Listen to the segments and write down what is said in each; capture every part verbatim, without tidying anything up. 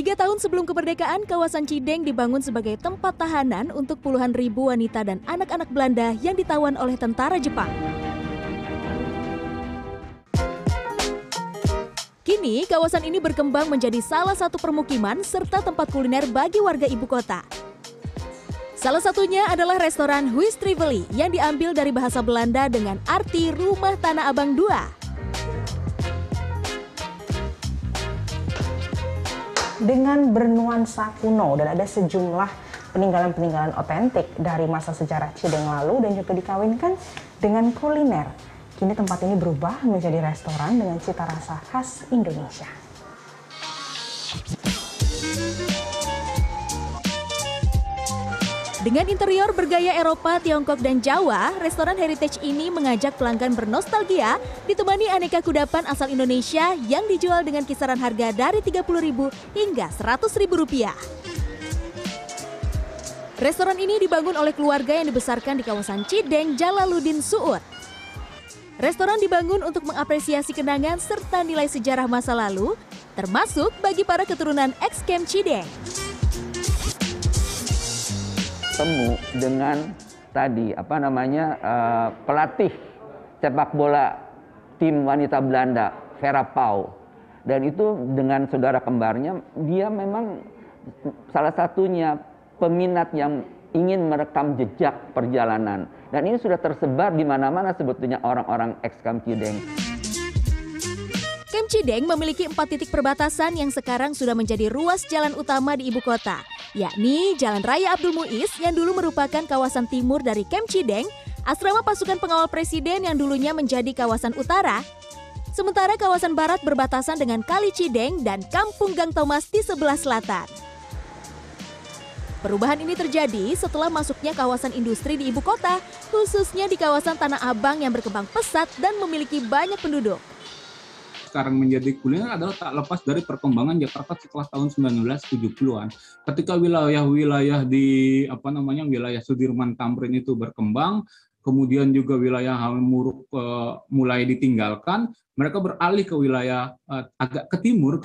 Tiga tahun sebelum kemerdekaan, kawasan Cideng dibangun sebagai tempat tahanan untuk puluhan ribu wanita dan anak-anak Belanda yang ditawan oleh tentara Jepang. Kini, kawasan ini berkembang menjadi salah satu permukiman serta tempat kuliner bagi warga ibu kota. Salah satunya adalah restoran Huis Triveli yang diambil dari bahasa Belanda dengan arti Rumah Tanah Abang dua. Dengan bernuansa kuno dan ada sejumlah peninggalan-peninggalan otentik dari masa sejarah Cideng lalu dan juga dikawinkan dengan kuliner. Kini tempat ini berubah menjadi restoran dengan cita rasa khas Indonesia. Dengan interior bergaya Eropa, Tiongkok, dan Jawa, restoran heritage ini mengajak pelanggan bernostalgia ditemani aneka kudapan asal Indonesia yang dijual dengan kisaran harga dari tiga puluh ribu hingga seratus ribu rupiah. Restoran ini dibangun oleh keluarga yang dibesarkan di kawasan Cideng, Jalaluddin Suud. Restoran dibangun untuk mengapresiasi kenangan serta nilai sejarah masa lalu, termasuk bagi para keturunan ex-Camp Cideng. Temu dengan tadi apa namanya uh, pelatih sepak bola tim wanita Belanda Vera Pauw, dan itu dengan saudara kembarnya, dia memang salah satunya peminat yang ingin merekam jejak perjalanan, dan ini sudah tersebar di mana-mana sebetulnya orang-orang ex-Camp Cideng. Camp Cideng memiliki empat titik perbatasan yang sekarang sudah menjadi ruas jalan utama di ibu kota, yakni Jalan Raya Abdul Muiz yang dulu merupakan kawasan timur dari Camp Cideng, asrama pasukan pengawal presiden yang dulunya menjadi kawasan utara, sementara kawasan barat berbatasan dengan Kali Cideng dan Kampung Gang Thomas di sebelah selatan. Perubahan ini terjadi setelah masuknya kawasan industri di ibu kota, khususnya di kawasan Tanah Abang yang berkembang pesat dan memiliki banyak penduduk. Sekarang menjadi kuliner adalah tak lepas dari perkembangan Jakarta setelah tahun sembilan belas tujuh puluhan. Ketika wilayah-wilayah di apa namanya wilayah Sudirman Tamrin itu berkembang, kemudian juga wilayah Hamuruk uh, mulai ditinggalkan, mereka beralih ke wilayah uh, agak ke timur.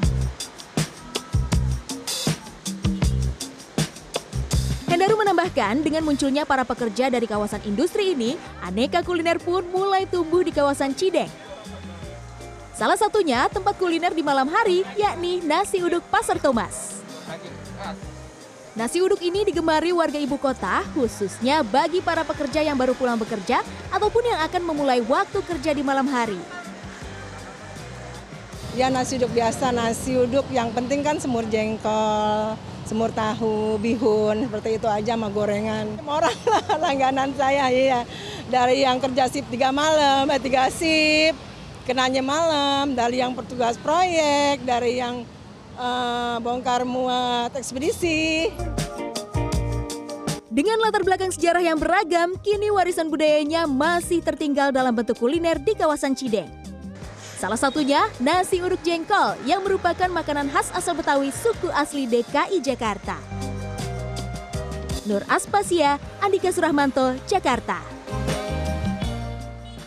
Hendaru menambahkan, dengan munculnya para pekerja dari kawasan industri ini, aneka kuliner pun mulai tumbuh di kawasan Cideng. Salah satunya tempat kuliner di malam hari, yakni Nasi Uduk Pasar Thomas. Nasi uduk ini digemari warga ibu kota, khususnya bagi para pekerja yang baru pulang bekerja ataupun yang akan memulai waktu kerja di malam hari. Ya, nasi uduk biasa, nasi uduk yang penting kan semur jengkol, semur tahu, bihun, seperti itu aja sama gorengan. Orang lah langganan saya, iya. Dari yang kerja sip tiga malam, eh tiga sip, kenanya malam, dari yang petugas proyek, dari yang uh, bongkar muat ekspedisi. Dengan latar belakang sejarah yang beragam, kini warisan budayanya masih tertinggal dalam bentuk kuliner di kawasan Cideng. Salah satunya nasi uduk jengkol yang merupakan makanan khas asal Betawi suku asli D K I Jakarta. Nur Aspasia, Andika Suramanto, Jakarta.